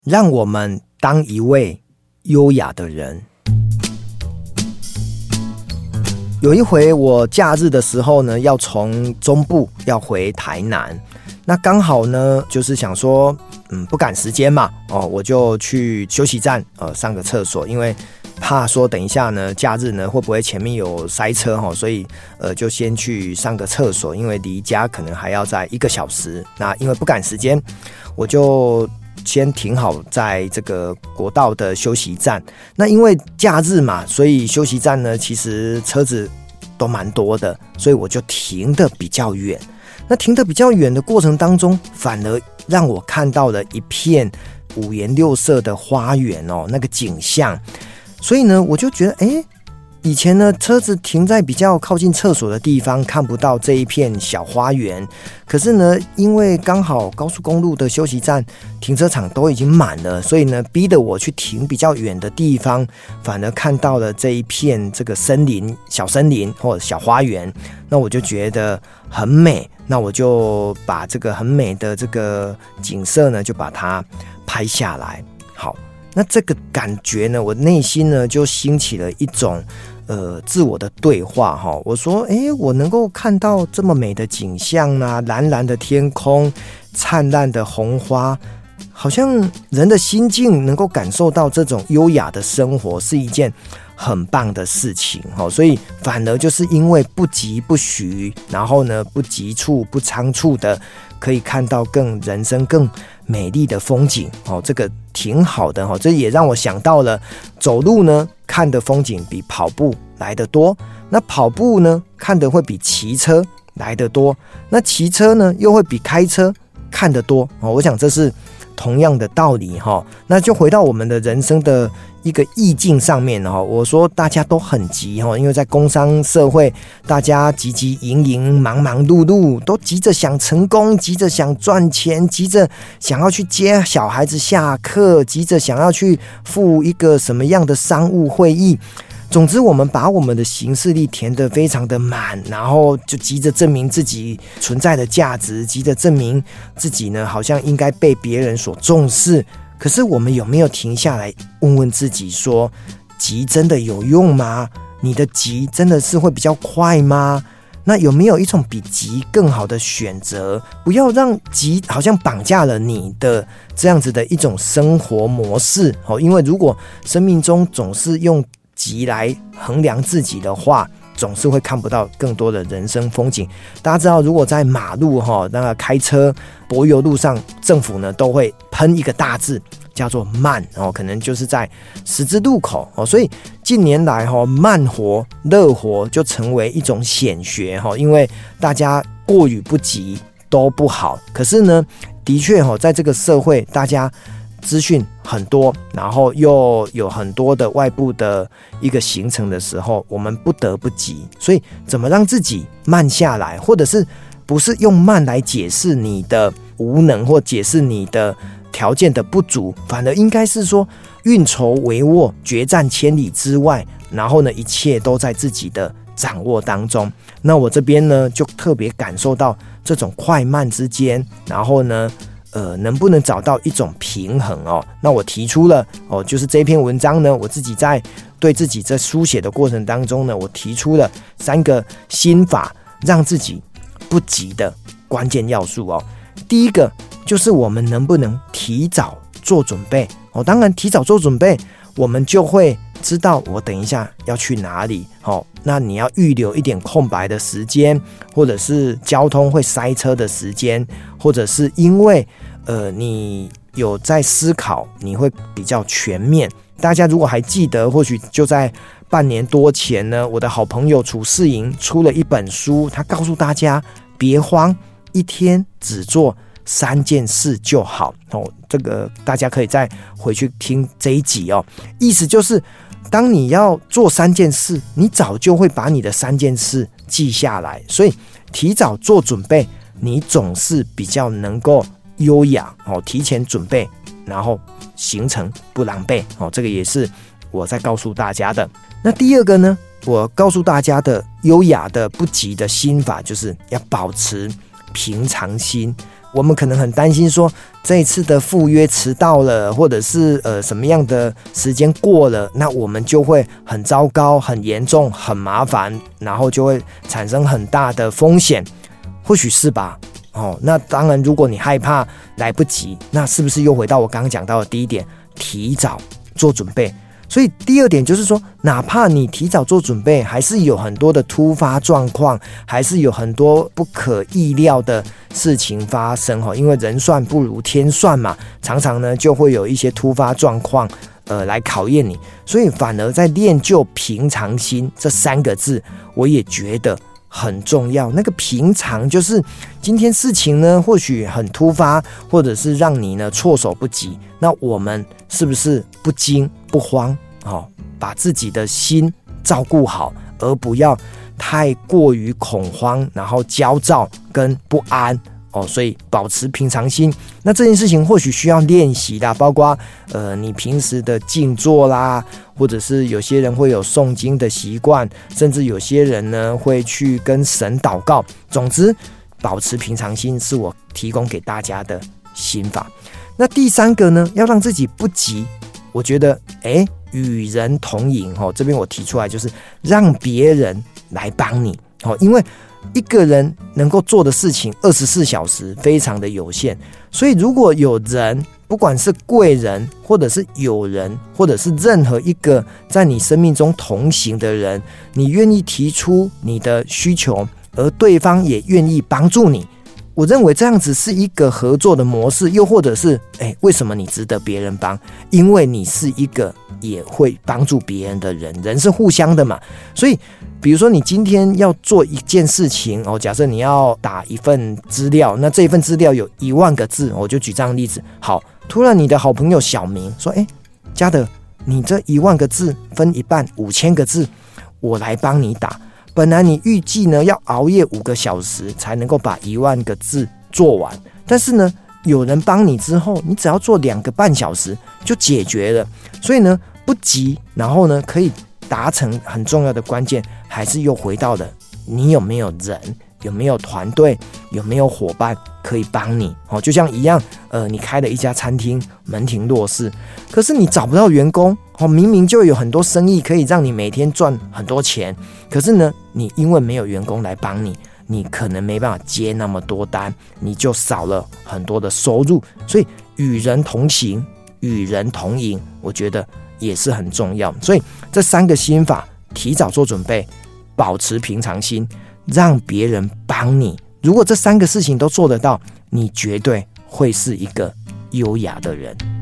让我们当一位优雅的人。有一回我假日的时候呢，要从中部要回台南，那刚好呢就是想说不赶时间嘛，我就去休息站上个厕所，因为怕说等一下呢假日呢会不会前面有塞车，所以就先去上个厕所，因为离家可能还要在1个小时。那因为不赶时间，我就先停好在这个国道的休息站。那因为假日嘛，所以休息站呢其实车子都蛮多的，所以我就停得比较远。那停得比较远的过程当中，反而让我看到了一片五颜六色的花园那个景象。所以呢我就觉得以前呢车子停在比较靠近厕所的地方，看不到这一片小花园，可是呢因为刚好高速公路的休息站停车场都已经满了，所以呢逼得我去停比较远的地方，反而看到了这一片这个森林、小森林或者小花园。那我就觉得很美，那我就把这个很美的这个景色呢就把它拍下来。好，那这个感觉呢，我内心呢就兴起了一种自我的对话哈。我说我能够看到这么美的景象啊，蓝蓝的天空，灿烂的红花，好像人的心境能够感受到这种优雅的生活是一件很棒的事情。所以反而就是因为不疾不徐，然后呢不急促不仓促的可以看到人生更美丽的风景，这个挺好的。这也让我想到了走路呢看的风景比跑步来得多，那跑步呢看的会比骑车来得多，那骑车呢又会比开车看得多。我想这是同样的道理。那就回到我们的人生的一个意境上面。我说大家都很急，因为在工商社会，大家急急营营，忙忙碌碌，都急着想成功，急着想赚钱，急着想要去接小孩子下课，急着想要去赴一个什么样的商务会议。总之我们把我们的行事历填得非常的满，然后就急着证明自己存在的价值，急着证明自己呢好像应该被别人所重视。可是我们有没有停下来问问自己说，急真的有用吗？你的急真的是会比较快吗？那有没有一种比急更好的选择？不要让急好像绑架了你的这样子的一种生活模式。因为如果生命中总是用急来衡量自己的话，总是会看不到更多的人生风景。大家知道，如果在马路那个开车柏油路上，政府呢都会喷一个大字叫做慢，可能就是在十字路口。所以近年来慢活乐活就成为一种显学，因为大家过与不及都不好。可是呢的确在这个社会，大家资讯很多，然后又有很多的外部的一个形成的时候，我们不得不急。所以怎么让自己慢下来，或者是不是用慢来解释你的无能或解释你的条件的不足，反而应该是说运筹帷幄，决战千里之外，然后呢一切都在自己的掌握当中。那我这边呢就特别感受到这种快慢之间，然后呢能不能找到一种平衡那我提出了就是这篇文章呢，我自己在对自己在书写的过程当中呢，我提出了3个心法，让自己不急的关键要素第一个就是我们能不能提早做准备当然提早做准备，我们就会知道我等一下要去哪里那你要预留一点空白的时间，或者是交通会塞车的时间，或者是因为你有在思考，你会比较全面。大家如果还记得，或许就在半年多前呢，我的好朋友楚世营出了一本书，他告诉大家别慌，一天只做3件事就好这个大家可以再回去听这一集意思就是当你要做3件事，你早就会把你的3件事记下来，所以提早做准备，你总是比较能够优雅提前准备，然后行程不狼狈这个也是我在告诉大家的。那第二个呢，我告诉大家的优雅的不急的心法，就是要保持平常心， 我们可能很担心说这一次的赴约迟到了，或者是什么样的时间过了，那我们就会很糟糕、很严重、很麻烦，然后就会产生很大的风险。或许是吧。那当然，如果你害怕来不及，那是不是又回到我刚刚讲到的第一点，提早做准备？所以第二点就是说，哪怕你提早做准备，还是有很多的突发状况，还是有很多不可意料的事情发生，因为人算不如天算嘛，常常呢就会有一些突发状况来考验你。所以反而在练就平常心这3个字，我也觉得很重要。那个平常就是今天事情呢或许很突发，或者是让你呢措手不及，那我们是不是不惊不慌，把自己的心照顾好，而不要太过于恐慌，然后焦躁跟不安所以保持平常心。那这件事情或许需要练习啦，包括你平时的静坐啦，或者是有些人会有诵经的习惯，甚至有些人呢会去跟神祷告。总之，保持平常心是我提供给大家的心法。那第3个呢，要让自己不急，我觉得与人同饮这边我提出来就是让别人来帮你因为一个人能够做的事情24小时非常的有限，所以如果有人，不管是贵人或者是友人，或者是任何一个在你生命中同行的人，你愿意提出你的需求，而对方也愿意帮助你，我认为这样子是一个合作的模式。又或者是为什么你值得别人帮？因为你是一个也会帮助别人的人，人是互相的嘛。所以比如说你今天要做一件事情假设你要打一份资料，那这一份资料有1万个字，我就举这样的例子。好，突然你的好朋友小明说嘉德，你这1万个字分一半5000个字，我来帮你打。本来你预计呢要熬夜5个小时才能够把1万个字做完，但是呢有人帮你之后，你只要做2个半小时就解决了。所以呢不急，然后呢可以达成很重要的关键，还是又回到了你有没有人，有没有团队，有没有伙伴可以帮你就像一样你开了一家餐厅，门庭若市，可是你找不到员工明明就有很多生意可以让你每天赚很多钱，可是呢你因为没有员工来帮你，你可能没办法接那么多单，你就少了很多的收入。所以与人同行，与人同赢，我觉得也是很重要。所以这3个心法，提早做准备，保持平常心，让别人帮你，如果这3个事情都做得到，你绝对会是一个优雅的人。